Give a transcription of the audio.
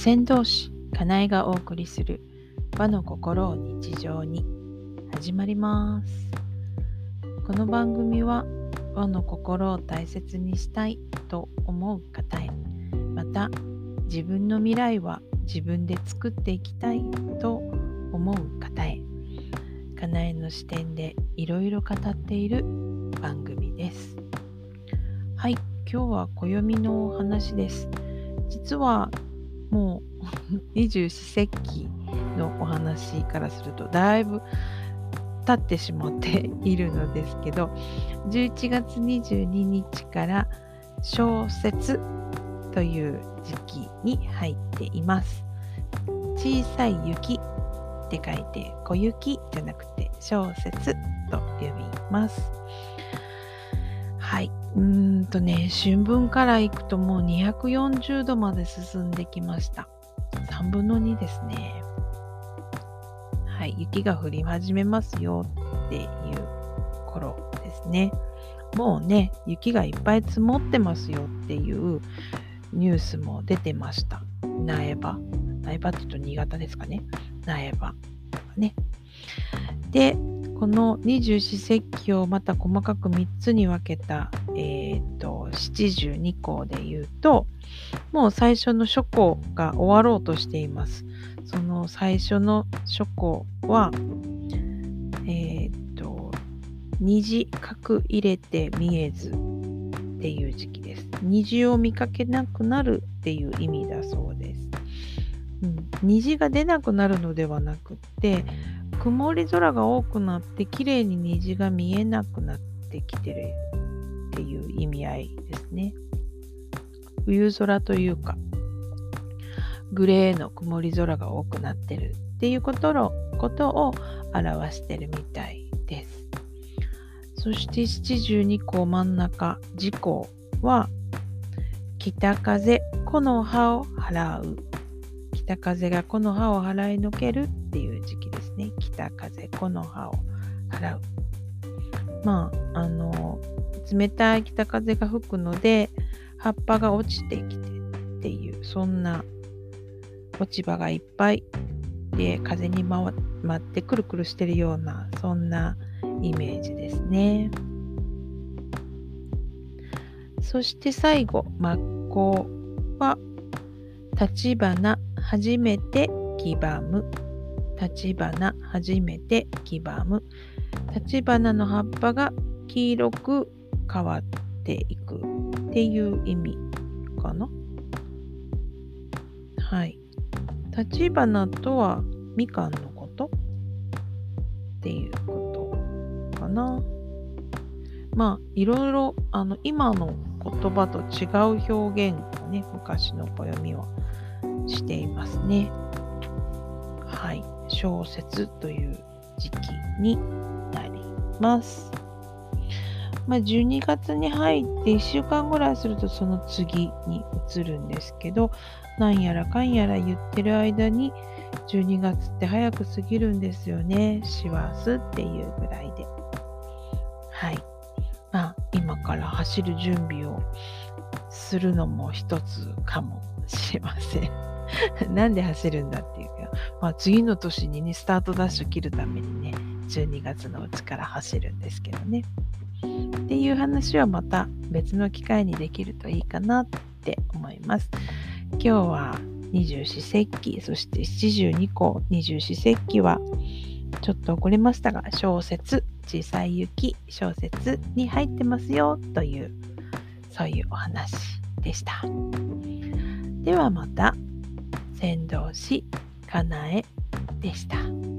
船頭師かなえがお送りする和の心を日常に始まります。この番組は和の心を大切にしたいと思う方へ、また自分の未来は自分で作っていきたいと思う方へ、かなえの視点でいろいろ語っている番組です。はい、今日は暦のお話です。実はもう二十四節気のお話からするとだいぶ経ってしまっているのですけど、11月22日から小雪という時期に入っています。小さい雪って書いて小雪じゃなくて小雪と読みます。はい。春分から行くともう240度まで進んできました。3分の2ですね。はい。雪が降り始めますよっていう頃ですね。もうね、雪がいっぱい積もってますよっていうニュースも出てました。苗場って言うと新潟ですかね。苗場とかね。で、この二十四節気をまた細かく3つに分けた、七十二候で言うと、もう最初の初候が終わろうとしています。その最初の初候は、虹隠入れて見えずっていう時期です。虹を見かけなくなるっていう意味だそうです。虹が出なくなるのではなくって、曇り空が多くなってきれいに虹が見えなくなってきてるっていう意味合いですね。冬空というかグレーの曇り空が多くなってるっていうことを表してるみたいです。そして七十二候真ん中時候は北風木の葉を払う。北風が木の葉を払いのけるっていう時期ですね。北風木の葉を払う。冷たい北風が吹くので葉っぱが落ちてきてっていう、そんな落ち葉がいっぱいで風に回ってくるくるしてるような、そんなイメージですね。そして最後真っ向は立花初めて黄ばむ。立花初めて黄ばむ。立花の葉っぱが黄色く変わっていくっていう意味かな。はい。立花とはみかんのことっていうことかな。いろいろ今の言葉と違う表現をね、昔の暦はしていますね。はい。小雪という時期になります。12月に入って1週間ぐらいするとその次に移るんですけど、なんやらかんやら言ってる間に12月って早く過ぎるんですよね。師走っていうぐらいで。はい。今から走る準備をするのも一つかもしれません。なんで走るんだっていうか、次の年にね、スタートダッシュ切るためにね、12月のうちから走るんですけどね。っていう話はまた別の機会にできるといいかなって思います。今日は二十四節気、そして七十二候、二十四節気はちょっと遅れましたが、小雪、小さい雪、小雪に入ってますよという、そういうお話でした。ではまた、船頭師かなえでした。